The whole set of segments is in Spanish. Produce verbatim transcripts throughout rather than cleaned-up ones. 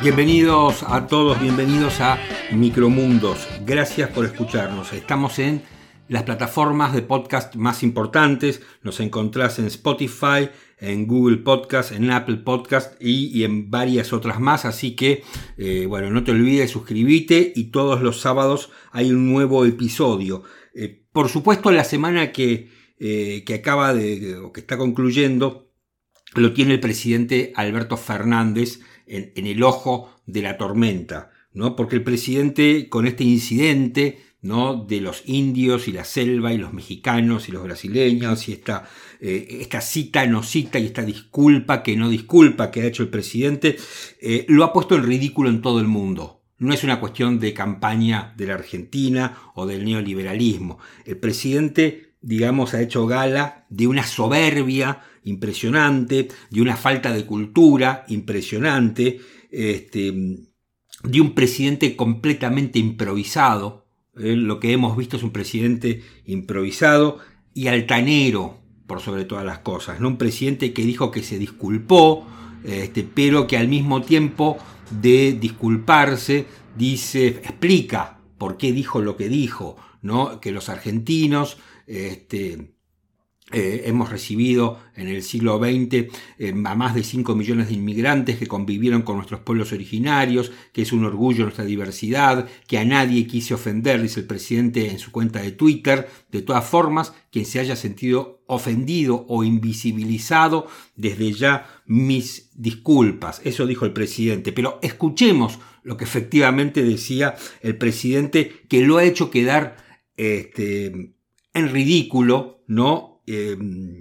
Bienvenidos a todos, bienvenidos a Micromundos. Gracias por escucharnos. Estamos en las plataformas de podcast más importantes. Nos encontrás en Spotify, en Google Podcast, en Apple Podcast y, y en varias otras más. Así que, eh, bueno, no te olvides, suscribite y todos los sábados hay un nuevo episodio. Eh, por supuesto, la semana que, eh, que acaba de, o que está concluyendo, lo tiene el presidente Alberto Fernández en, en el ojo de la tormenta, ¿no? Porque el presidente, con este incidente, ¿no?, de los indios y la selva y los mexicanos y los brasileños y esta, eh, esta cita no cita y esta disculpa que no disculpa que ha hecho el presidente, eh, lo ha puesto en ridículo en todo el mundo. No es una cuestión de campaña de la Argentina o del neoliberalismo. El presidente, digamos, ha hecho gala de una soberbia impresionante, de una falta de cultura impresionante, este, de un presidente completamente improvisado. Eh, lo que hemos visto es un presidente improvisado y altanero, por sobre todas las cosas, ¿no? Un presidente que dijo que se disculpó, este, pero que al mismo tiempo de disculparse, dice, explica por qué dijo lo que dijo, ¿no? Que los argentinos, este, Eh, hemos recibido en el siglo veinte eh, a más de cinco millones de inmigrantes que convivieron con nuestros pueblos originarios, que es un orgullo nuestra diversidad, que a nadie quise ofender, dice el presidente en su cuenta de Twitter. De todas formas, quien se haya sentido ofendido o invisibilizado, desde ya mis disculpas. Eso dijo el presidente. Pero escuchemos lo que efectivamente decía el presidente, que lo ha hecho quedar este, en ridículo, ¿no?, Eh,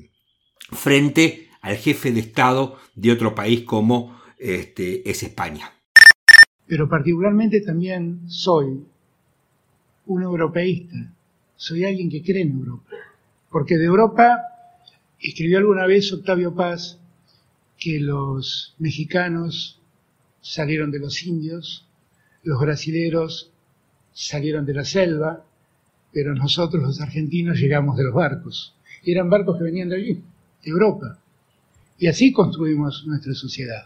frente al jefe de Estado de otro país como este, es España. Pero particularmente también soy un europeísta, soy alguien que cree en Europa, porque de Europa escribió alguna vez Octavio Paz que los mexicanos salieron de los indios, los brasileros salieron de la selva, pero nosotros los argentinos llegamos de los barcos. Y eran barcos que venían de allí, de Europa. Y así construimos nuestra sociedad.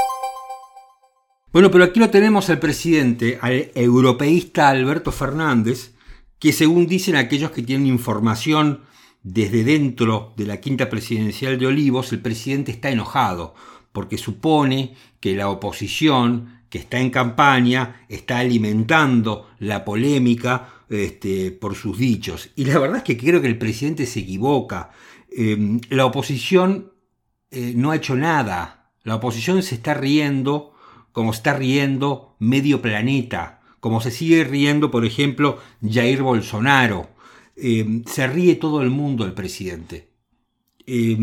Bueno, pero aquí lo tenemos al presidente, al europeísta Alberto Fernández, que según dicen aquellos que tienen información desde dentro de la quinta presidencial de Olivos, el presidente está enojado porque supone que la oposición que está en campaña está alimentando la polémica este, por sus dichos. Y la verdad es que creo que el presidente se equivoca. Eh, la oposición eh, no ha hecho nada. La oposición se está riendo como está riendo medio planeta, como se sigue riendo, por ejemplo, Jair Bolsonaro. Eh, se ríe todo el mundo el presidente. Eh,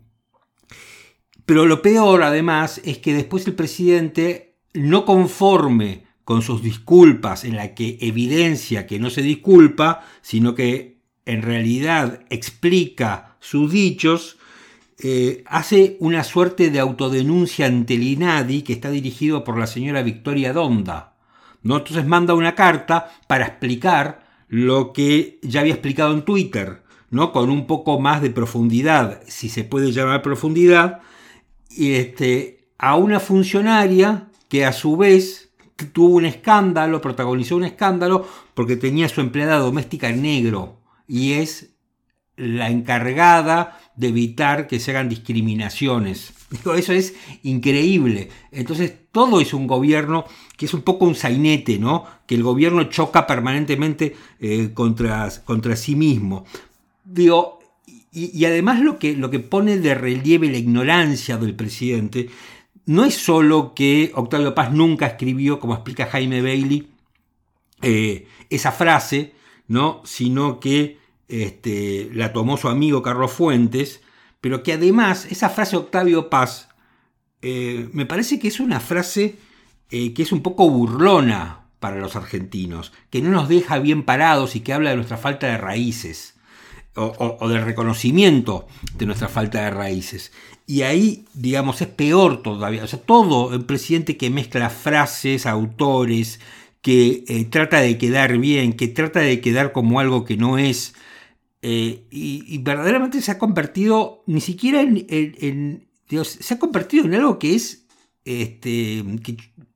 pero lo peor, además, es que después el presidente, no conforme con sus disculpas, en la que evidencia que no se disculpa, sino que en realidad explica sus dichos, eh, hace una suerte de autodenuncia ante el INADI que está dirigido por la señora Victoria Donda, ¿no? Entonces manda una carta para explicar lo que ya había explicado en Twitter, ¿no?, con un poco más de profundidad, si se puede llamar profundidad, y este, a una funcionaria que a su vez tuvo un escándalo, protagonizó un escándalo porque tenía a su empleada doméstica en negro y es la encargada de evitar que se hagan discriminaciones. Eso es increíble. Entonces todo es un gobierno que es un poco un sainete, ¿no?, que el gobierno choca permanentemente eh, contra, contra sí mismo. Digo, y, y además lo que, lo que pone de relieve la ignorancia del presidente no es solo que Octavio Paz nunca escribió, como explica Jaime Bailey, eh, esa frase, ¿no?, sino que este, la tomó su amigo Carlos Fuentes, pero que además esa frase de Octavio Paz eh, me parece que es una frase eh, que es un poco burlona para los argentinos, que no nos deja bien parados y que habla de nuestra falta de raíces. O, o, o del reconocimiento de nuestra falta de raíces. Y ahí, digamos, es peor todavía. O sea, todo el presidente que mezcla frases, autores, que eh, trata de quedar bien, que trata de quedar como algo que no es, eh, y, y verdaderamente se ha convertido, ni siquiera en, en, en Dios, se ha convertido en algo que es, este, que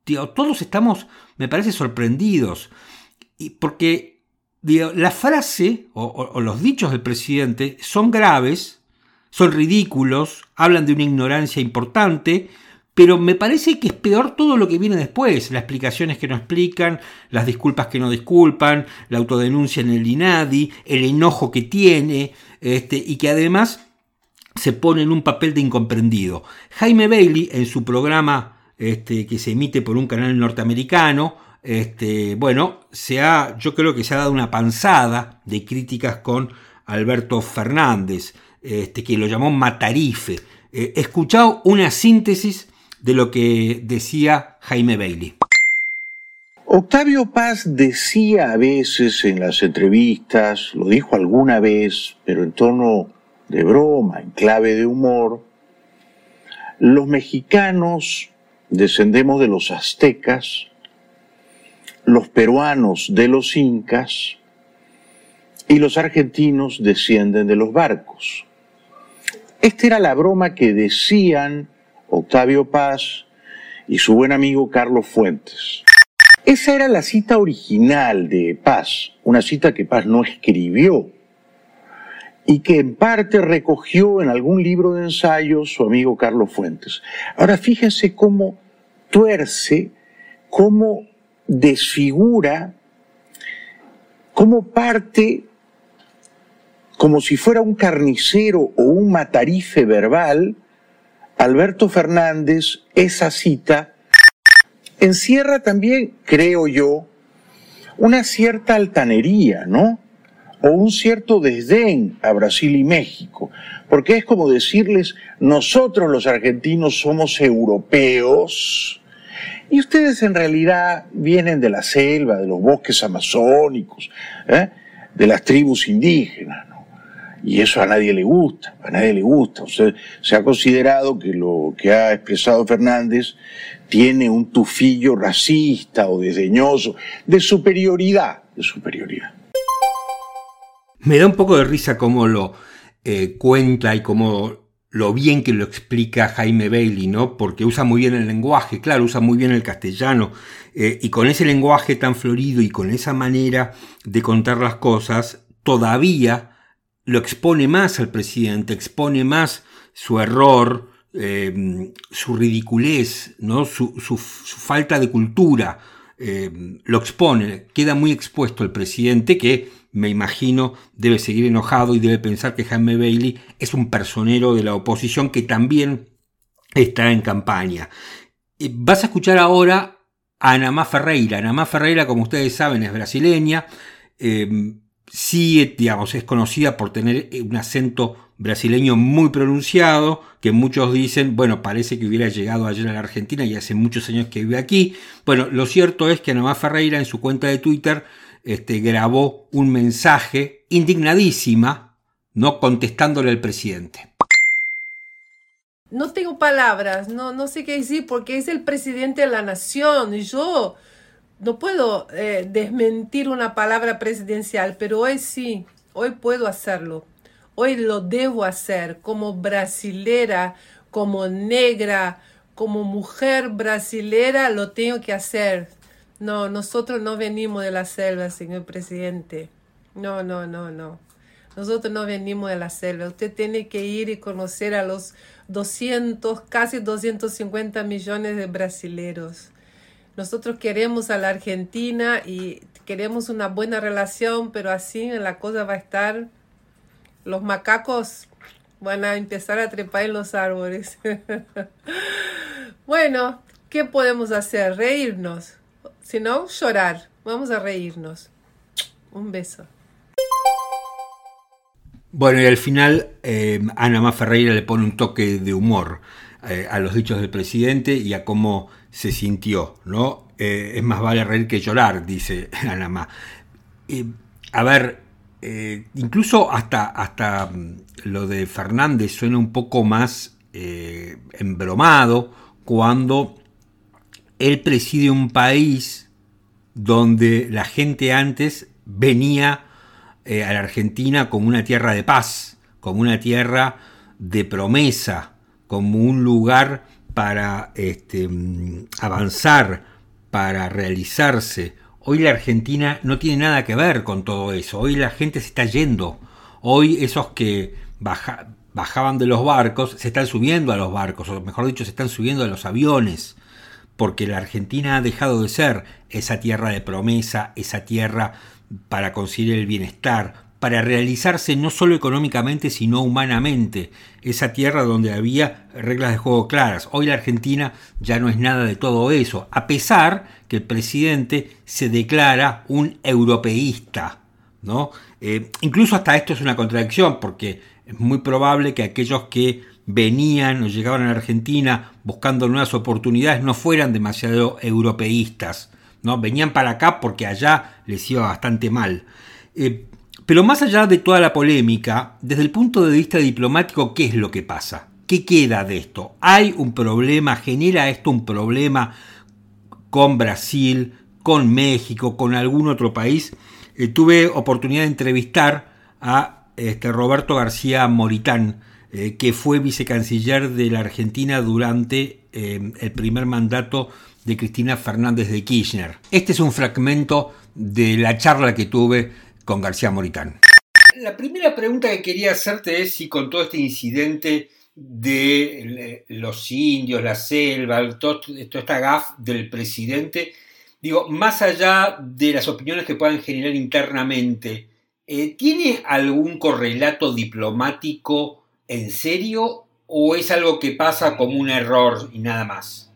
Digo, todos estamos, me parece, sorprendidos. Y porque digo, la frase o, o, o los dichos del presidente son graves, son ridículos, hablan de una ignorancia importante, pero me parece que es peor todo lo que viene después, las explicaciones que no explican, las disculpas que no disculpan, la autodenuncia en el INADI, el enojo que tiene, este, y que además se pone en un papel de incomprendido. Jaime Bailey, en su programa este, que se emite por un canal norteamericano, este, bueno, se ha, yo creo que se ha dado una panzada de críticas con Alberto Fernández, este, que lo llamó matarife. Eh, he escuchado una síntesis de lo que decía Jaime Bailey. Octavio Paz decía a veces en las entrevistas, lo dijo alguna vez, pero en tono de broma, en clave de humor, los mexicanos descendemos de los aztecas, los peruanos de los incas y los argentinos descienden de los barcos. Esta era la broma que decían Octavio Paz y su buen amigo Carlos Fuentes. Esa era la cita original de Paz, una cita que Paz no escribió y que en parte recogió en algún libro de ensayos su amigo Carlos Fuentes. Ahora fíjense cómo tuerce, cómo desfigura, cómo parte como si fuera un carnicero o un matarife verbal. Alberto Fernández, esa cita, encierra también, creo yo, una cierta altanería, ¿no? O un cierto desdén a Brasil y México, porque es como decirles, nosotros los argentinos somos europeos, y ustedes en realidad vienen de la selva, de los bosques amazónicos, ¿eh? de las tribus indígenas, ¿no? Y eso a nadie le gusta, a nadie le gusta. O sea, se ha considerado que lo que ha expresado Fernández tiene un tufillo racista o desdeñoso, de superioridad, de superioridad. Me da un poco de risa cómo lo eh, cuenta y cómo lo bien que lo explica Jaime Bailey, ¿no? Porque usa muy bien el lenguaje, claro, usa muy bien el castellano, eh, y con ese lenguaje tan florido y con esa manera de contar las cosas, todavía lo expone más al presidente, expone más su error, eh, su ridiculez, ¿no? su, su, su falta de cultura, eh, lo expone, queda muy expuesto el presidente, que me imagino debe seguir enojado y debe pensar que Jaime Bailey es un personero de la oposición que también está en campaña. Eh, vas a escuchar ahora a Anamá Ferreira. Anamá Ferreira, como ustedes saben, es brasileña, eh, sí, digamos, es conocida por tener un acento brasileño muy pronunciado, que muchos dicen, bueno, parece que hubiera llegado ayer a la Argentina y hace muchos años que vive aquí. Bueno, lo cierto es que Anamá Ferreira en su cuenta de Twitter este, grabó un mensaje indignadísima, ¿no? Contestándole al presidente. No tengo palabras, no, no sé qué decir, porque es el presidente de la nación y yo no puedo eh, desmentir una palabra presidencial, pero hoy sí, hoy puedo hacerlo. Hoy lo debo hacer como brasilera, como negra, como mujer brasilera, lo tengo que hacer. No, nosotros no venimos de la selva, señor presidente. No, no, no, no. Nosotros no venimos de la selva. Usted tiene que ir y conocer a los doscientos, casi doscientos cincuenta millones de brasileros. Nosotros queremos a la Argentina y queremos una buena relación, pero así la cosa va a estar. Los macacos van a empezar a trepar en los árboles. Bueno, ¿qué podemos hacer? Reírnos. Si no, llorar. Vamos a reírnos. Un beso. Bueno, y al final eh, Anamá Ferreira le pone un toque de humor eh, a los dichos del presidente y a cómo se sintió, ¿no? Eh, es más vale reír que llorar, dice Anamá. Eh, a ver, eh, incluso hasta, hasta lo de Fernández suena un poco más eh, embromado cuando él preside un país donde la gente antes venía eh, a la Argentina como una tierra de paz, como una tierra de promesa, como un lugar para este, avanzar, para realizarse. Hoy la Argentina no tiene nada que ver con todo eso. Hoy la gente se está yendo. Hoy esos que baja, bajaban de los barcos se están subiendo a los barcos, o mejor dicho, se están subiendo a los aviones, porque la Argentina ha dejado de ser esa tierra de promesa, esa tierra para conseguir el bienestar, para realizarse no solo económicamente, sino humanamente, esa tierra donde había reglas de juego claras. Hoy la Argentina ya no es nada de todo eso, a pesar que el presidente se declara un europeísta, ¿no? Eh, incluso hasta esto es una contradicción, porque es muy probable que aquellos que venían o llegaban a la Argentina buscando nuevas oportunidades no fueran demasiado europeístas, ¿no? Venían para acá porque allá les iba bastante mal. Eh, pero más allá de toda la polémica, desde el punto de vista diplomático, ¿qué es lo que pasa? ¿Qué queda de esto? ¿Hay un problema? ¿Genera esto un problema con Brasil, con México, con algún otro país? Eh, tuve oportunidad de entrevistar a este, Roberto García Moritán, eh, que fue vicecanciller de la Argentina durante eh, el primer mandato de Cristina Fernández de Kirchner. Este es un fragmento de la charla que tuve con García Moritán. La primera pregunta que quería hacerte es si con todo este incidente de los indios, la selva, todo, toda esta gaffe del presidente, digo, más allá de las opiniones que puedan generar internamente, eh, ¿tiene algún correlato diplomático en serio o es algo que pasa como un error y nada más?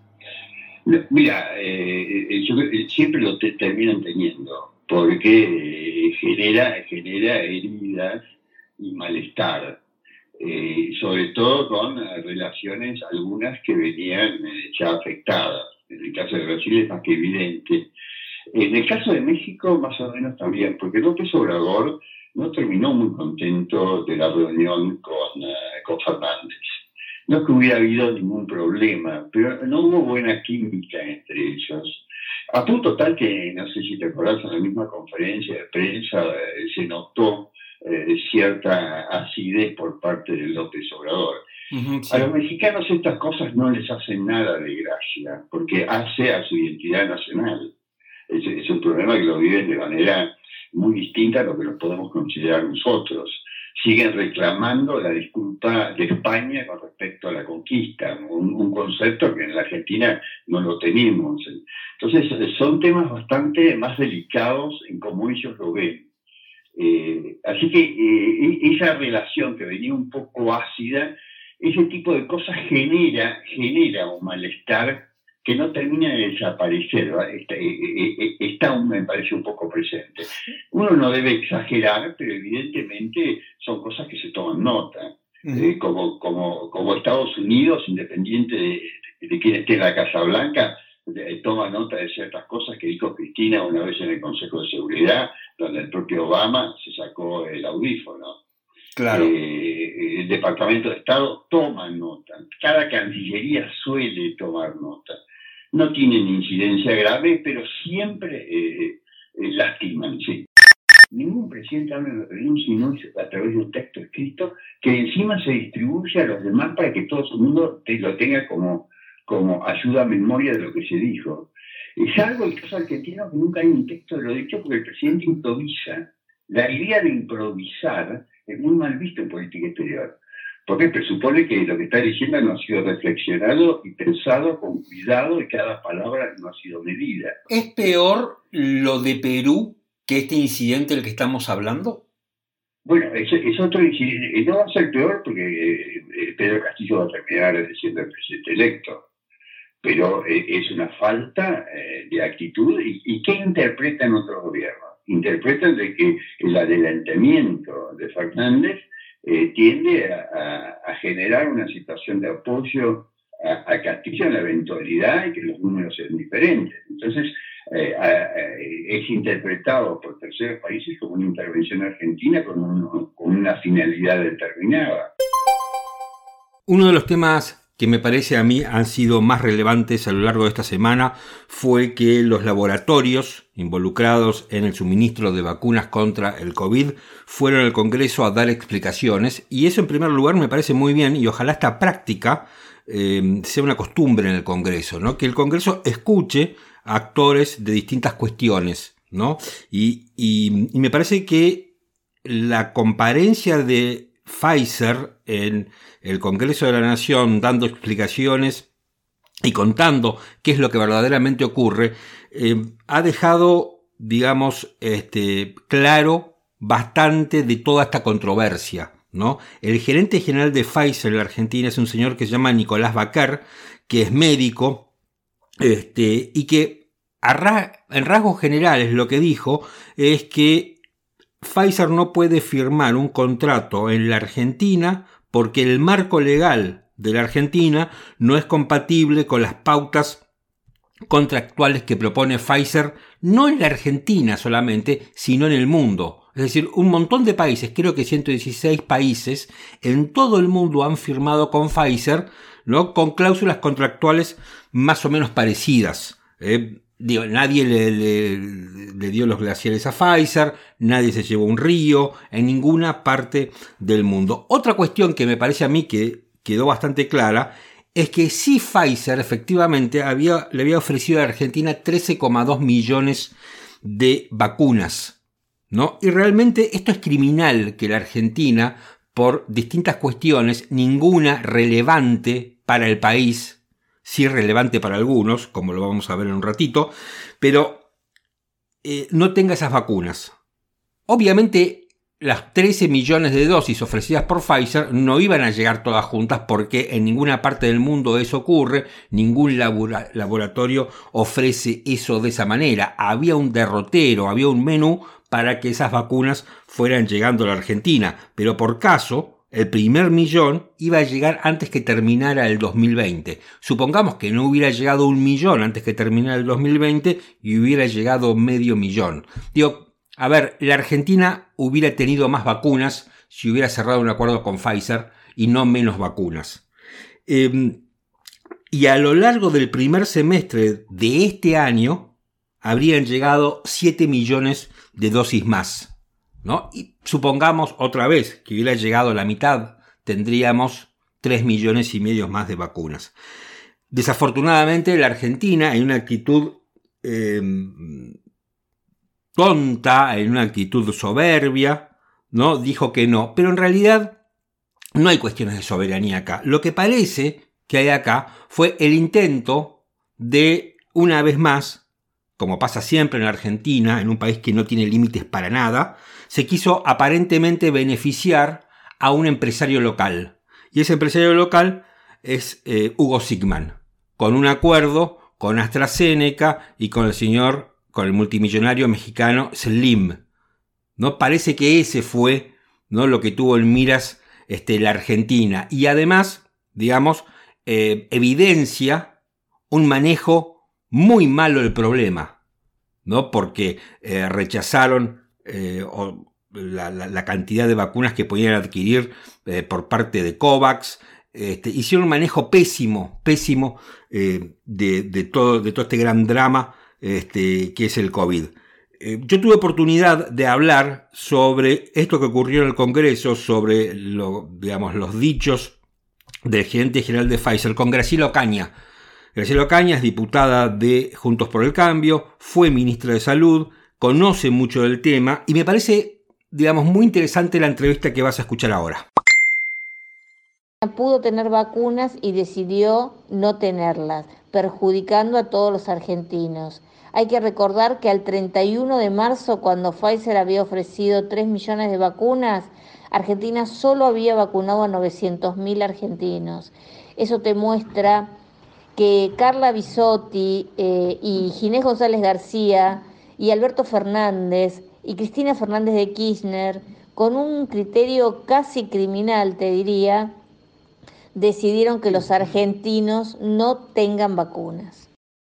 Mira, eh, yo siempre lo te, terminan teniendo, porque eh, genera, genera heridas y malestar, eh, sobre todo con eh, relaciones algunas que venían eh, ya afectadas. En el caso de Brasil es más que evidente. En el caso de México más o menos también, porque López Obrador no terminó muy contento de la reunión con, uh, con Fernández. No que hubiera habido ningún problema, pero no hubo buena química entre ellos. A punto tal que, no sé si te acordás, en la misma conferencia de prensa eh, se notó eh, cierta acidez por parte de López Obrador. Uh-huh, sí. A los mexicanos estas cosas no les hacen nada de gracia, porque hace a su identidad nacional. Es, es un problema que lo viven de manera muy distinta a lo que lo podemos considerar nosotros. Siguen reclamando la disculpa de España con respecto a la conquista, un, un concepto que en la Argentina no lo tenemos. Entonces, son temas bastante más delicados en cómo ellos lo ven. Eh, así que eh, esa relación que venía un poco ácida, ese tipo de cosas genera, genera un malestar que no termina de desaparecer, está, está aún me parece un poco presente. Uno no debe exagerar, pero evidentemente son cosas que se toman nota. Uh-huh. Eh, como, como, como Estados Unidos, independiente de, de quién esté en la Casa Blanca, eh, toma nota de ciertas cosas que dijo Cristina una vez en el Consejo de Seguridad, donde el propio Obama se sacó el audífono. Claro. Eh, el Departamento de Estado toma nota. Cada cancillería suele tomar nota. No tienen incidencia grave, pero siempre eh, eh, lastiman, sí. Ningún presidente habla de renuncia sino a través de un texto escrito que encima se distribuye a los demás para que todo el mundo te, lo tenga como, como ayuda a memoria de lo que se dijo. Es algo, el caso argentino, que nunca hay un texto de lo dicho porque el presidente improvisa. La idea de improvisar es muy mal visto en política exterior, porque presupone que lo que está diciendo no ha sido reflexionado y pensado con cuidado y cada palabra no ha sido medida. ¿Es peor lo de Perú que este incidente del que estamos hablando? Bueno, es, es otro incidente. No va a ser peor porque eh, Pedro Castillo va a terminar siendo el presidente electo. Pero eh, es una falta eh, de actitud. ¿Y, y qué interpretan otros gobiernos? Interpretan de que el adelantamiento de Fernández Eh, tiende a, a, a generar una situación de apoyo a, a Castillo en la eventualidad y que los números sean diferentes. Entonces, eh, a, a, es interpretado por terceros países como una intervención argentina con, un, con una finalidad determinada. Uno de los temas que me parece a mí han sido más relevantes a lo largo de esta semana fue que los laboratorios involucrados en el suministro de vacunas contra el COVID fueron al Congreso a dar explicaciones, y eso en primer lugar me parece muy bien, y ojalá esta práctica eh, sea una costumbre en el Congreso, ¿no? Que el Congreso escuche actores de distintas cuestiones, ¿no? Y, y, y me parece que la comparencia de Pfizer en el Congreso de la Nación, dando explicaciones y contando qué es lo que verdaderamente ocurre, eh, ha dejado, digamos, este, claro bastante de toda esta controversia, ¿no? El gerente general de Pfizer en la Argentina es un señor que se llama Nicolás Baquer, que es médico, este, y que a ra- en rasgos generales lo que dijo es que Pfizer no puede firmar un contrato en la Argentina porque el marco legal de la Argentina no es compatible con las pautas contractuales que propone Pfizer, no en la Argentina solamente, sino en el mundo. Es decir, un montón de países, creo que ciento dieciséis países, en todo el mundo han firmado con Pfizer, ¿no? Con cláusulas contractuales más o menos parecidas. Eh, digo, nadie le, le, le dio los glaciares a Pfizer, nadie se llevó un río, en ninguna parte del mundo. Otra cuestión que me parece a mí que quedó bastante clara es que sí Pfizer efectivamente había, le había ofrecido a Argentina trece coma dos millones de vacunas, ¿no? Y realmente esto es criminal que la Argentina, por distintas cuestiones, ninguna relevante para el país, sí relevante para algunos, como lo vamos a ver en un ratito, pero eh, no tenga esas vacunas. Obviamente las trece millones de dosis ofrecidas por Pfizer no iban a llegar todas juntas porque en ninguna parte del mundo eso ocurre, ningún labora- laboratorio ofrece eso de esa manera. Había un derrotero, había un menú para que esas vacunas fueran llegando a la Argentina, pero por caso el primer millón iba a llegar antes que terminara el dos mil veinte. Supongamos que no hubiera llegado un millón antes que terminara el dos mil veinte y hubiera llegado medio millón. Digo, a ver, la Argentina hubiera tenido más vacunas si hubiera cerrado un acuerdo con Pfizer y no menos vacunas. Eh, y a lo largo del primer semestre de este año habrían llegado siete millones de dosis más, ¿no? Y supongamos otra vez que hubiera llegado la mitad, tendríamos tres millones y medio más de vacunas. Desafortunadamente la Argentina, en una actitud eh, tonta, en una actitud soberbia, ¿no? Dijo que no, pero en realidad no hay cuestiones de soberanía acá. Lo que parece que hay acá fue el intento de, una vez más, como pasa siempre en la Argentina, en un país que no tiene límites para nada, se quiso aparentemente beneficiar a un empresario local. Y ese empresario local es eh, Hugo Sigman, con un acuerdo con AstraZeneca y con el señor, con el multimillonario mexicano Slim. ¿No? Parece que ese fue, ¿no?, lo que tuvo en miras este, la Argentina. Y además, digamos, eh, evidencia un manejo muy malo del problema, ¿no? Porque eh, rechazaron eh, o, la, la, la cantidad de vacunas que podían adquirir eh, por parte de COVAX. Este, hicieron un manejo pésimo, pésimo eh, de, de, todo, de todo este gran drama este, que es el COVID. Eh, yo tuve oportunidad de hablar sobre esto que ocurrió en el Congreso, sobre lo, digamos, los dichos del gerente general de Pfizer con Graciela Ocaña. Graciela Ocaña es diputada de Juntos por el Cambio, fue ministra de Salud, conoce mucho del tema y me parece, digamos, muy interesante la entrevista que vas a escuchar ahora. Pudo tener vacunas y decidió no tenerlas, perjudicando a todos los argentinos. Hay que recordar que al treinta y uno de marzo, cuando Pfizer había ofrecido tres millones de vacunas, Argentina solo había vacunado a novecientos mil argentinos. Eso te muestra que Carla Bisotti eh, y Ginés González García y Alberto Fernández y Cristina Fernández de Kirchner, con un criterio casi criminal, te diría, decidieron que los argentinos no tengan vacunas.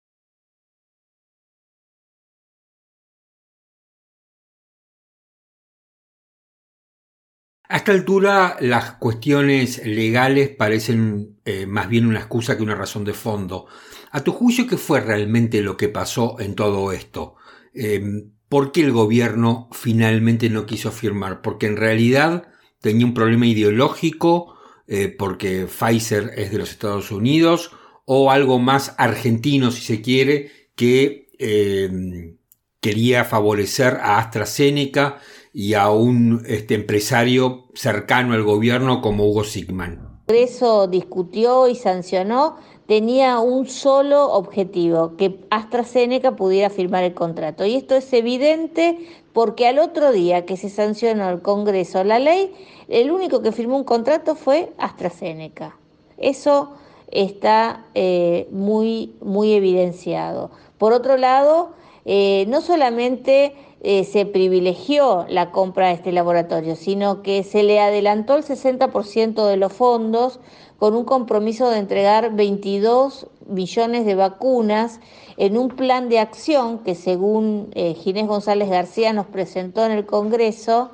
A esta altura las cuestiones legales parecen eh, más bien una excusa que una razón de fondo. A tu juicio, ¿qué fue realmente lo que pasó en todo esto? Eh, ¿Por qué el gobierno finalmente no quiso firmar? ¿Porque en realidad tenía un problema ideológico? Eh, ¿Porque Pfizer es de los Estados Unidos? ¿O algo más argentino, si se quiere, que eh, quería favorecer a AstraZeneca y a un este, empresario cercano al gobierno como Hugo Sigman. El Congreso discutió y sancionó, tenía un solo objetivo, que AstraZeneca pudiera firmar el contrato. Y esto es evidente porque al otro día que se sancionó el Congreso la ley, el único que firmó un contrato fue AstraZeneca. Eso está eh, muy, muy evidenciado. Por otro lado, eh, no solamente eh, se privilegió la compra de este laboratorio, sino que se le adelantó el sesenta por ciento de los fondos con un compromiso de entregar veintidós millones de vacunas en un plan de acción que, según eh, Ginés González García nos presentó en el Congreso,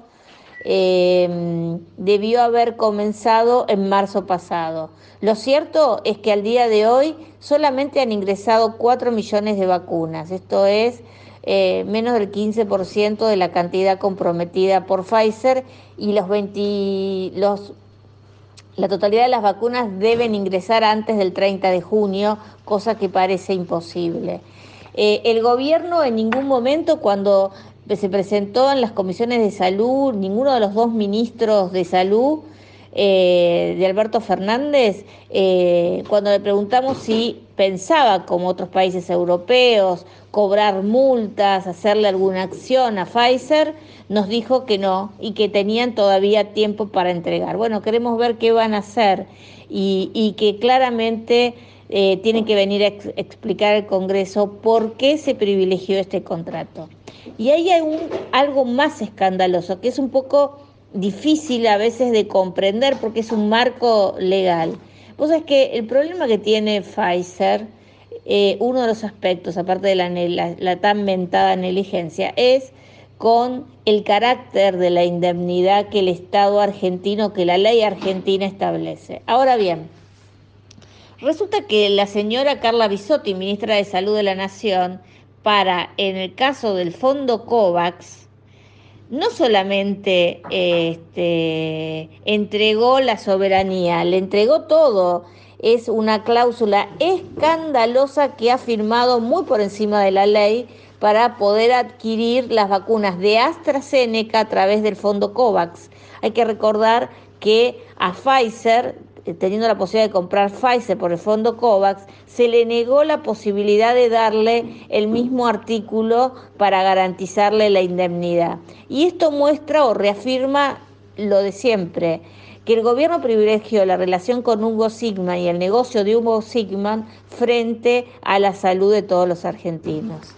eh, debió haber comenzado en marzo pasado. Lo cierto es que al día de hoy solamente han ingresado cuatro millones de vacunas. Esto es eh, menos del quince por ciento de la cantidad comprometida por Pfizer, y los veinte, los, la totalidad de las vacunas deben ingresar antes del treinta de junio, cosa que parece imposible. Eh, el gobierno en ningún momento, cuando se presentó en las comisiones de salud, ninguno de los dos ministros de salud eh, de Alberto Fernández, eh, cuando le preguntamos si pensaba, como otros países europeos, cobrar multas, hacerle alguna acción a Pfizer, nos dijo que no y que tenían todavía tiempo para entregar. Bueno, queremos ver qué van a hacer y, y que claramente eh, tienen que venir a ex- explicar al Congreso por qué se privilegió este contrato. Y ahí hay un, algo más escandaloso, que es un poco difícil a veces de comprender porque es un marco legal. Vos sabés que el problema que tiene Pfizer, eh, uno de los aspectos, aparte de la, la, la tan mentada negligencia, es con el carácter de la indemnidad que el Estado argentino, que la ley argentina establece. Ahora bien, resulta que la señora Carla Bisotti, ministra de Salud de la Nación, para, en el caso del fondo COVAX, no solamente este, entregó la soberanía, le entregó todo. Es una cláusula escandalosa que ha firmado muy por encima de la ley para poder adquirir las vacunas de AstraZeneca a través del fondo COVAX. Hay que recordar que a Pfizer, teniendo la posibilidad de comprar Pfizer por el fondo COVAX, se le negó la posibilidad de darle el mismo artículo para garantizarle la indemnidad. Y esto muestra o reafirma lo de siempre, que el gobierno privilegió la relación con Hugo Sigman y el negocio de Hugo Sigman frente a la salud de todos los argentinos.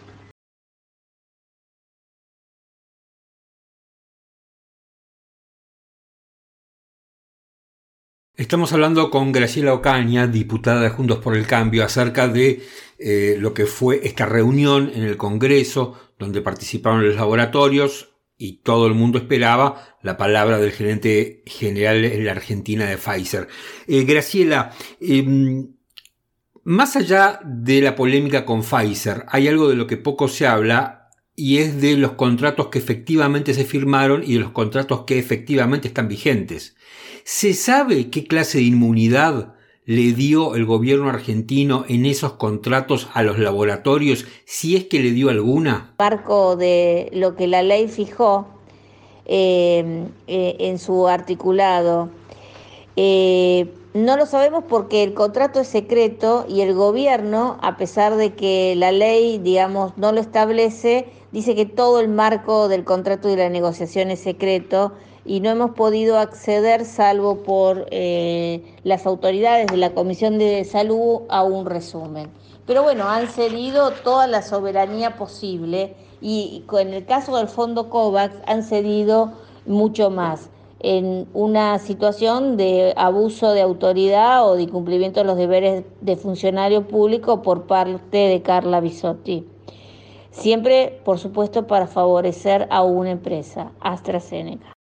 Estamos hablando con Graciela Ocaña, diputada de Juntos por el Cambio, acerca de eh, lo que fue esta reunión en el Congreso, donde participaron los laboratorios y todo el mundo esperaba la palabra del gerente general en la Argentina de Pfizer. Eh, Graciela, eh, más allá de la polémica con Pfizer, hay algo de lo que poco se habla y es de los contratos que efectivamente se firmaron y de los contratos que efectivamente están vigentes. ¿Se sabe qué clase de inmunidad le dio el gobierno argentino en esos contratos a los laboratorios, si es que le dio alguna? Marco de lo que la ley fijó eh, eh, en su articulado. Eh, no lo sabemos porque el contrato es secreto y el gobierno, a pesar de que la ley, digamos, no lo establece, dice que todo el marco del contrato y la negociación es secreto y no hemos podido acceder, salvo por eh, las autoridades de la Comisión de Salud, a un resumen. Pero bueno, han cedido toda la soberanía posible y en el caso del fondo COVAX han cedido mucho más, en una situación de abuso de autoridad o de incumplimiento de los deberes de funcionario público por parte de Carla Bisotti. Siempre, por supuesto, para favorecer a una empresa, AstraZeneca.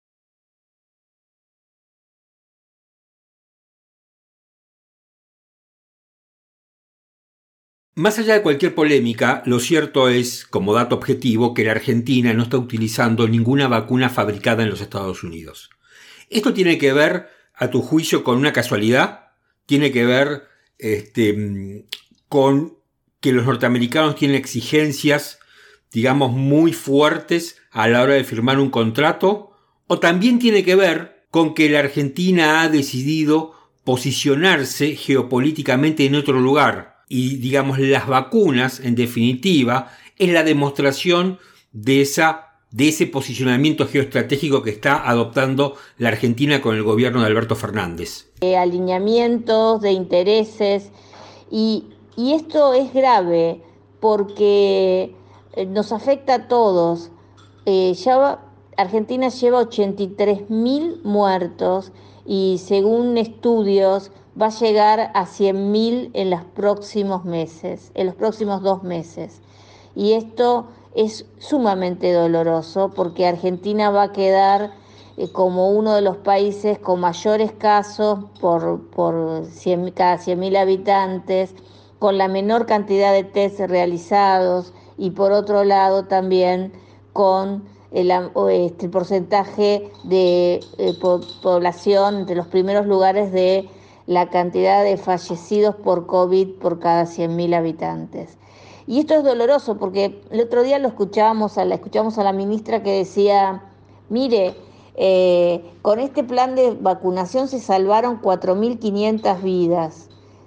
Más allá de cualquier polémica, lo cierto es, como dato objetivo, que la Argentina no está utilizando ninguna vacuna fabricada en los Estados Unidos. ¿Esto tiene que ver, a tu juicio, con una casualidad? ¿Tiene que ver este, con que los norteamericanos tienen exigencias, digamos, muy fuertes a la hora de firmar un contrato? ¿O también tiene que ver con que la Argentina ha decidido posicionarse geopolíticamente en otro lugar? Y, digamos, las vacunas, en definitiva, es la demostración de, esa, de ese posicionamiento geoestratégico que está adoptando la Argentina con el gobierno de Alberto Fernández. Eh, alineamientos de intereses y, y esto es grave porque nos afecta a todos. Eh, ya va, Argentina lleva ochenta y tres mil muertos y según estudios va a llegar a cien mil en los próximos meses, en los próximos dos meses. Y esto es sumamente doloroso porque Argentina va a quedar eh, como uno de los países con mayores casos por, por cien, cada cien mil habitantes, con la menor cantidad de test realizados y por otro lado también con el, este, el porcentaje de eh, po- población entre los primeros lugares de la cantidad de fallecidos por COVID por cada cien mil habitantes. Y esto es doloroso porque el otro día lo escuchábamos a la, escuchamos a la ministra que decía, mire, eh, con este plan de vacunación se salvaron cuatro mil quinientas vidas.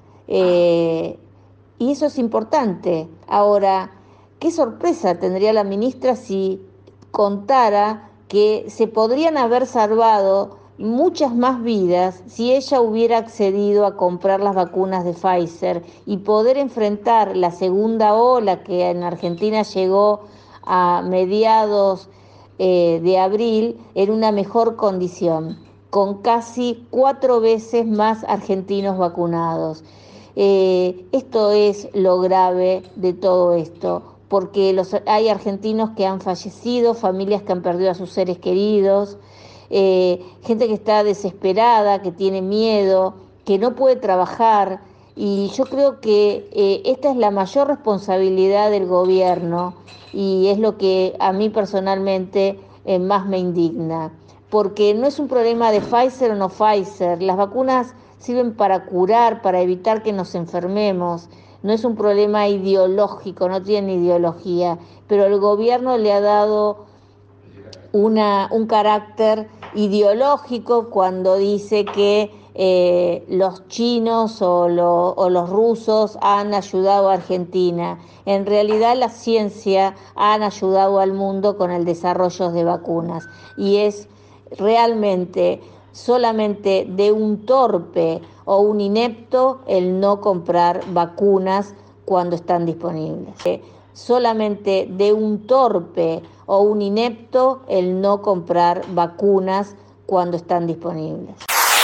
Eh, y eso es importante. Ahora, qué sorpresa tendría la ministra si contara que se podrían haber salvado muchas más vidas si ella hubiera accedido a comprar las vacunas de Pfizer y poder enfrentar la segunda ola que en Argentina llegó a mediados eh, de abril en una mejor condición, con casi cuatro veces más argentinos vacunados. Eh, esto es lo grave de todo esto, porque los, hay argentinos que han fallecido, familias que han perdido a sus seres queridos, eh, gente que está desesperada, que tiene miedo, que no puede trabajar, y yo creo que eh, esta es la mayor responsabilidad del gobierno y es lo que a mí personalmente eh, más me indigna, porque no es un problema de Pfizer o no Pfizer, las vacunas sirven para curar, para evitar que nos enfermemos. No es un problema ideológico, no tiene ideología, pero el gobierno le ha dado una, un carácter ideológico cuando dice que eh, los chinos o, lo, o los rusos han ayudado a Argentina. En realidad la ciencia han ayudado al mundo con el desarrollo de vacunas y es realmente solamente de un torpe o un inepto el no comprar vacunas cuando están disponibles. Solamente de un torpe o un inepto el no comprar vacunas cuando están disponibles.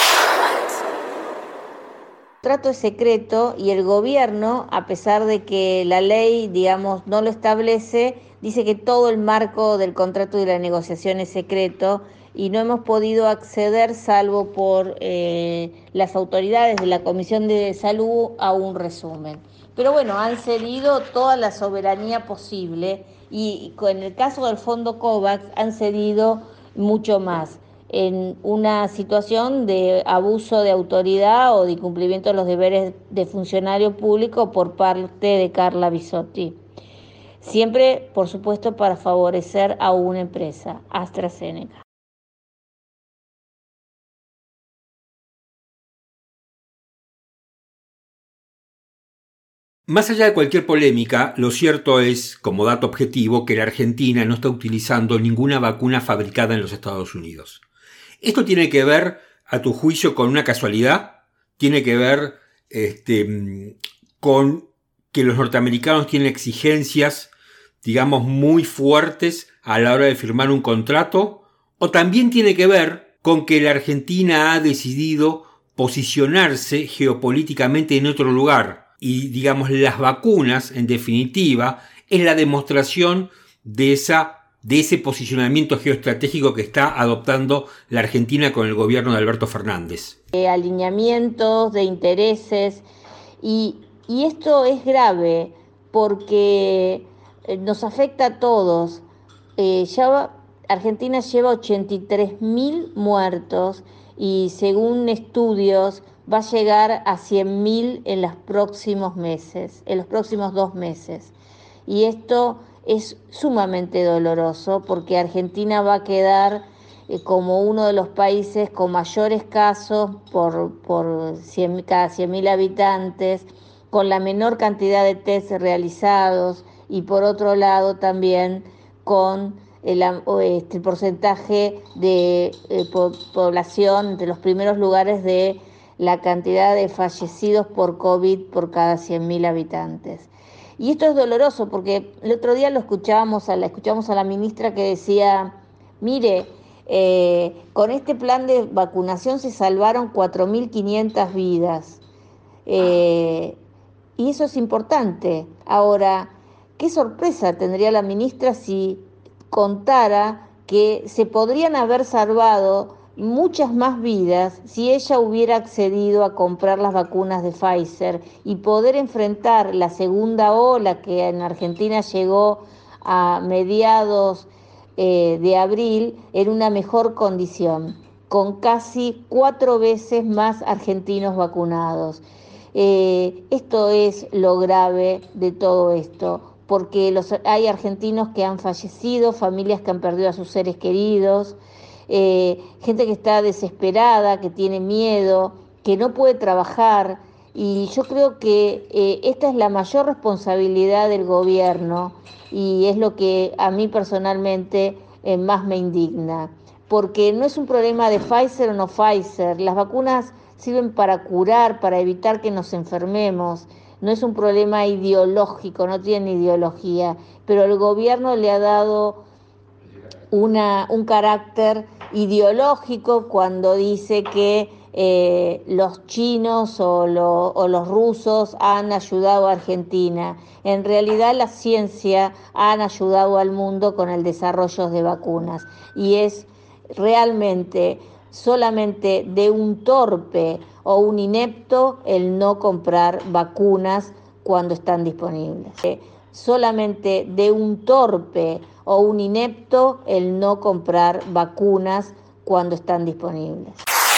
El contrato es secreto y el gobierno, a pesar de que la ley, digamos, no lo establece, dice que todo el marco del contrato y de la negociación es secreto y no hemos podido acceder, salvo por eh, las autoridades de la Comisión de Salud, a un resumen. Pero bueno, han cedido toda la soberanía posible y en el caso del Fondo COVAX han cedido mucho más en una situación de abuso de autoridad o de incumplimiento de los deberes de funcionario público por parte de Carla Bisotti. Siempre, por supuesto, para favorecer a una empresa, AstraZeneca. Más allá de cualquier polémica, lo cierto es, como dato objetivo, que la Argentina no está utilizando ninguna vacuna fabricada en los Estados Unidos. ¿Esto tiene que ver, a tu juicio, con una casualidad? ¿Tiene que ver este, con que los norteamericanos tienen exigencias, digamos, muy fuertes a la hora de firmar un contrato? ¿O también tiene que ver con que la Argentina ha decidido posicionarse geopolíticamente en otro lugar? Y, digamos, las vacunas, en definitiva, es la demostración de, esa, de ese posicionamiento geoestratégico que está adoptando la Argentina con el gobierno de Alberto Fernández. Eh, alineamientos de intereses y, y esto es grave porque nos afecta a todos. Eh, ya va, Argentina lleva ochenta y tres mil muertos y según estudios va a llegar a cien mil en los próximos meses, en los próximos dos meses. Y esto es sumamente doloroso porque Argentina va a quedar eh, como uno de los países con mayores casos por, por cien, cada cien mil habitantes, con la menor cantidad de test realizados y por otro lado también con el, este, el porcentaje de eh, po- población entre los primeros lugares de la cantidad de fallecidos por COVID por cada cien mil habitantes. Y esto es doloroso porque el otro día lo escuchábamos a la, escuchamos a la ministra que decía, mire, eh, con este plan de vacunación se salvaron cuatro mil quinientas vidas. Eh, y eso es importante. Ahora, qué sorpresa tendría la ministra si contara que se podrían haber salvado muchas más vidas si ella hubiera accedido a comprar las vacunas de Pfizer y poder enfrentar la segunda ola que en Argentina llegó a mediados eh, de abril en una mejor condición, con casi cuatro veces más argentinos vacunados. Eh, esto es lo grave de todo esto, porque los, hay argentinos que han fallecido, familias que han perdido a sus seres queridos, eh, gente que está desesperada, que tiene miedo, que no puede trabajar, y yo creo que eh, esta es la mayor responsabilidad del gobierno y es lo que a mí personalmente eh, más me indigna, porque no es un problema de Pfizer o no Pfizer, las vacunas sirven para curar, para evitar que nos enfermemos. No es un problema ideológico, no tiene ideología, pero el gobierno le ha dado una, un carácter ideológico cuando dice que eh, los chinos o, lo, o los rusos han ayudado a Argentina. En realidad la ciencia han ayudado al mundo con el desarrollo de vacunas y es realmente solamente de un torpe o un inepto el no comprar vacunas cuando están disponibles. Solamente de un torpe o un inepto el no comprar vacunas cuando están disponibles.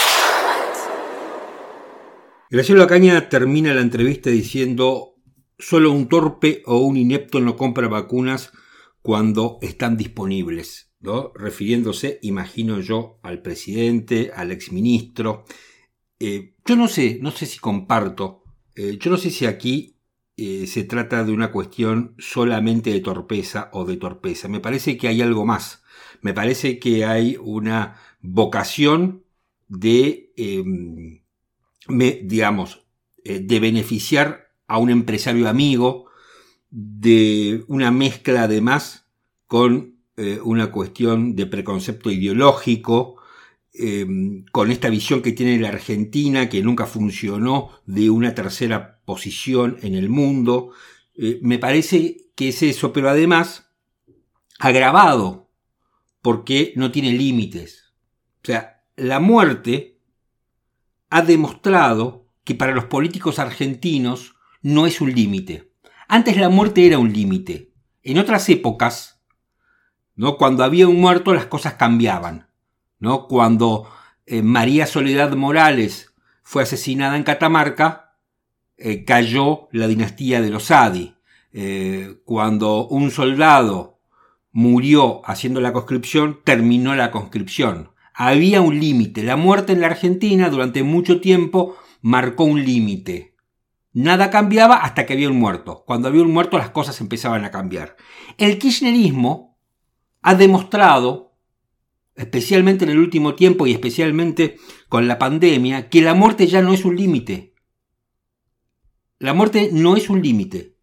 Graciela Ocaña termina la entrevista diciendo: solo un torpe o un inepto no compra vacunas cuando están disponibles, ¿no? Refiriéndose, imagino yo, al presidente, al exministro. Eh, yo no sé, no sé si comparto, eh, yo no sé si aquí eh, se trata de una cuestión solamente de torpeza o de torpeza. Me parece que hay algo más. Me parece que hay una vocación de, eh, me, digamos, eh, de beneficiar a un empresario amigo, de una mezcla además con eh, una cuestión de preconcepto ideológico, eh, con esta visión que tiene la Argentina, que nunca funcionó, de una tercera posición en el mundo. Eh, me parece que es eso, pero además agravado, porque no tiene límites. O sea, la muerte ha demostrado que para los políticos argentinos no es un límite. Antes la muerte era un límite. En otras épocas, ¿no?, cuando había un muerto las cosas cambiaban, ¿no? Cuando eh, María Soledad Morales fue asesinada en Catamarca, eh, cayó la dinastía de los Sadi. Eh, cuando un soldado murió haciendo la conscripción, terminó la conscripción. Había un límite. La muerte en la Argentina durante mucho tiempo marcó un límite. Nada cambiaba hasta que había un muerto. Cuando había un muerto las cosas empezaban a cambiar. El kirchnerismo ha demostrado, especialmente en el último tiempo y especialmente con la pandemia, que la muerte ya no es un límite. La muerte no es un límite.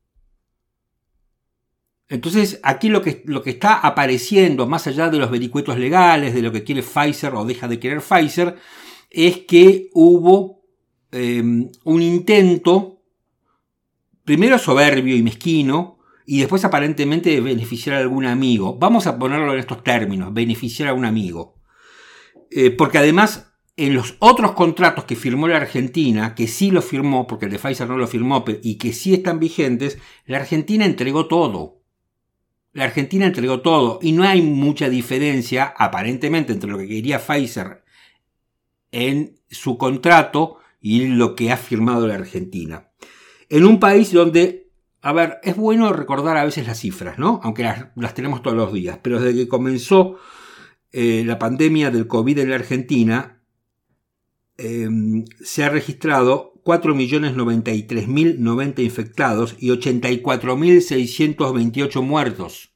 Entonces, aquí lo que, lo que está apareciendo, más allá de los vericuetos legales, de lo que quiere Pfizer o deja de querer Pfizer, es que hubo eh, un intento, primero soberbio y mezquino, y después aparentemente de beneficiar a algún amigo. Vamos a ponerlo en estos términos, beneficiar a un amigo. Eh, porque además, en los otros contratos que firmó la Argentina, que sí lo firmó, porque el de Pfizer no lo firmó, y que sí están vigentes, la Argentina entregó todo. La Argentina entregó todo, y no hay mucha diferencia, aparentemente, entre lo que quería Pfizer en su contrato y lo que ha firmado la Argentina. En un país donde, a ver, es bueno recordar a veces las cifras, ¿no? Aunque las, las tenemos todos los días, pero desde que comenzó eh, la pandemia del COVID en la Argentina, eh, se ha registrado cuatro millones noventa y tres mil noventa infectados y ochenta y cuatro mil seiscientos veintiocho muertos.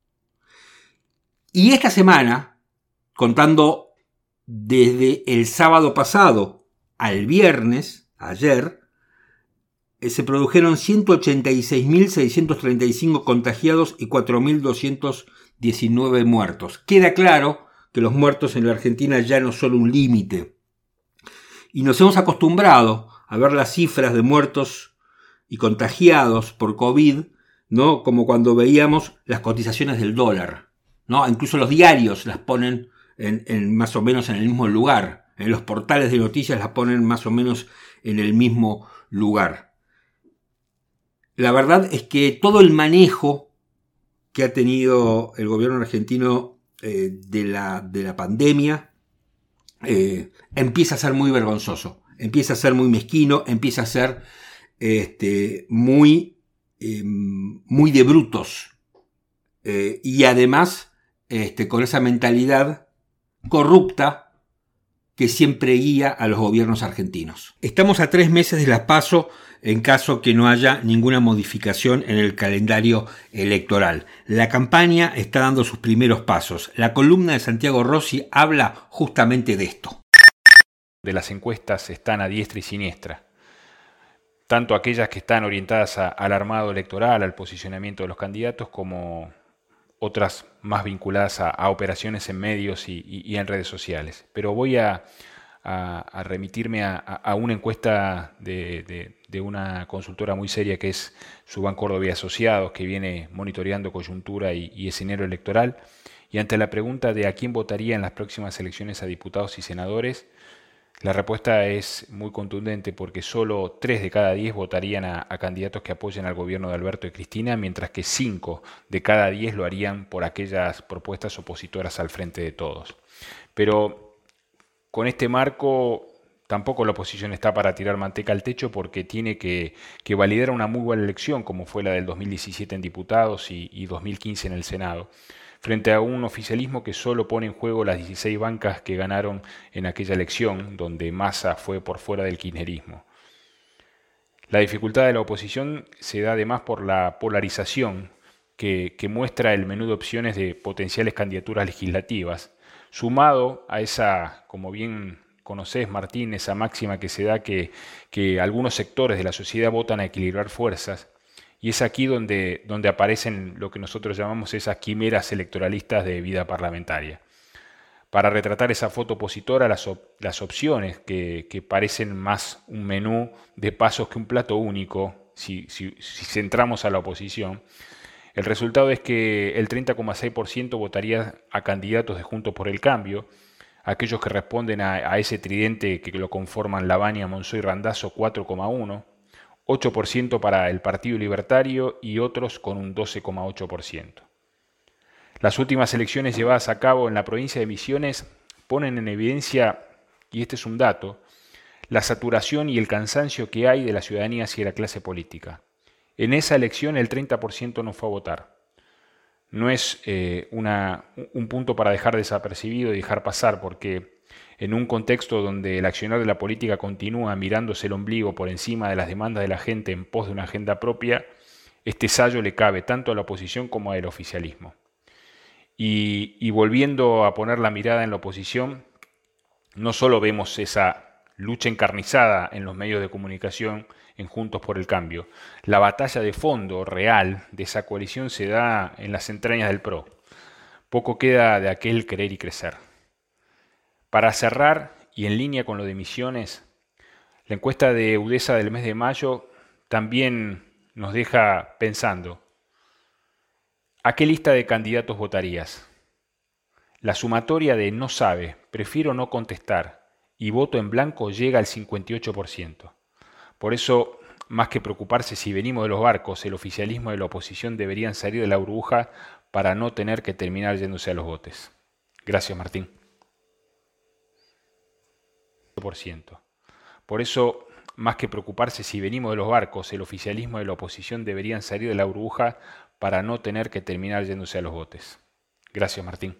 Y esta semana, contando desde el sábado pasado al viernes, ayer, eh, se produjeron ciento ochenta y seis mil seiscientos treinta y cinco contagiados y cuatro mil doscientos diecinueve muertos. Queda claro que los muertos en la Argentina ya no son un límite. Y nos hemos acostumbrado a ver las cifras de muertos y contagiados por COVID, ¿no? Como cuando veíamos las cotizaciones del dólar, ¿no? Incluso los diarios las ponen en, en más o menos en el mismo lugar. En los portales de noticias las ponen más o menos en el mismo lugar. La verdad es que todo el manejo que ha tenido el gobierno argentino eh, de, la, de la pandemia eh, empieza a ser muy vergonzoso, empieza a ser muy mezquino, empieza a ser este, muy, eh, muy de brutos. Eh, y además este, con esa mentalidad corrupta que siempre guía a los gobiernos argentinos. Estamos a tres meses de las PASO en caso que no haya ninguna modificación en el calendario electoral. La campaña está dando sus primeros pasos. La columna de Santiago Rossi habla justamente de esto. De las encuestas están a diestra y siniestra. Tanto aquellas que están orientadas a, al armado electoral, al posicionamiento de los candidatos, como otras más vinculadas a, a operaciones en medios y, y, y en redes sociales. Pero voy a, a, a remitirme a, a una encuesta de, de, de una consultora muy seria que es Subban Córdoba y Asociados, que viene monitoreando coyuntura y, y escenario electoral. Y ante la pregunta de a quién votaría en las próximas elecciones a diputados y senadores, la respuesta es muy contundente, porque solo tres de cada diez votarían a, a candidatos que apoyen al gobierno de Alberto y Cristina, mientras que cinco de cada diez lo harían por aquellas propuestas opositoras al Frente de Todos. Pero con este marco tampoco la oposición está para tirar manteca al techo, porque tiene que, que validar una muy buena elección, como fue la del dos mil diecisiete en diputados y, y dos mil quince en el Senado, frente a un oficialismo que solo pone en juego las dieciséis bancas que ganaron en aquella elección, donde Massa fue por fuera del kirchnerismo. La dificultad de la oposición se da además por la polarización que, que muestra el menú de opciones de potenciales candidaturas legislativas, sumado a esa, como bien conocés, Martín, esa máxima que se da que, que algunos sectores de la sociedad votan a equilibrar fuerzas. Y es aquí donde, donde aparecen lo que nosotros llamamos esas quimeras electoralistas de vida parlamentaria. Para retratar esa foto opositora, las, op las opciones que, que parecen más un menú de pasos que un plato único, si, si, si centramos a la oposición, el resultado es que el treinta coma seis por ciento votaría a candidatos de Juntos por el Cambio, aquellos que responden a, a ese tridente que lo conforman Lavagna, Monzó y Randazzo, cuatro coma uno por ciento, ocho por ciento para el Partido Libertario y otros con un doce coma ocho por ciento. Las últimas elecciones llevadas a cabo en la provincia de Misiones ponen en evidencia, y este es un dato, la saturación y el cansancio que hay de la ciudadanía hacia la clase política. En esa elección el treinta por ciento no fue a votar. No es eh, una, un punto para dejar desapercibido y dejar pasar, porque en un contexto donde el accionar de la política continúa mirándose el ombligo por encima de las demandas de la gente en pos de una agenda propia, este sallo le cabe tanto a la oposición como al oficialismo. Y, y volviendo a poner la mirada en la oposición, no solo vemos esa lucha encarnizada en los medios de comunicación en Juntos por el Cambio, la batalla de fondo real de esa coalición se da en las entrañas del P R O. Poco queda de aquel querer y crecer. Para cerrar, y en línea con lo de Misiones, la encuesta de Udesa del mes de mayo también nos deja pensando: ¿a qué lista de candidatos votarías? La sumatoria de no sabe, prefiero no contestar y voto en blanco llega al cincuenta y ocho por ciento. Por eso, más que preocuparse si venimos de los barcos, el oficialismo y la oposición deberían salir de la burbuja para no tener que terminar yéndose a los botes. Gracias, Martín. por ciento. Por eso, más que preocuparse si venimos de los barcos, el oficialismo y la oposición deberían salir de la burbuja para no tener que terminar yéndose a los botes. Gracias, Martín.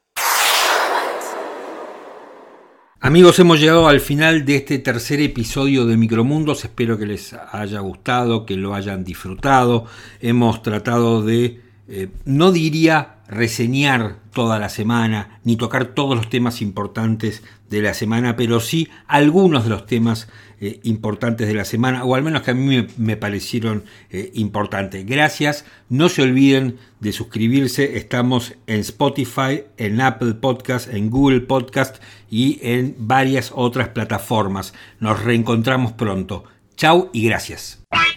Amigos, hemos llegado al final de este tercer episodio de Micromundos. Espero que les haya gustado, que lo hayan disfrutado. Hemos tratado de, eh, no diría reseñar toda la semana, ni tocar todos los temas importantes de la semana, pero sí algunos de los temas eh, importantes de la semana, o al menos que a mí me, me parecieron eh, importantes. Gracias. No se olviden de suscribirse. Estamos en Spotify, en Apple Podcast, en Google Podcast y en varias otras plataformas. Nos reencontramos pronto. Chau y gracias.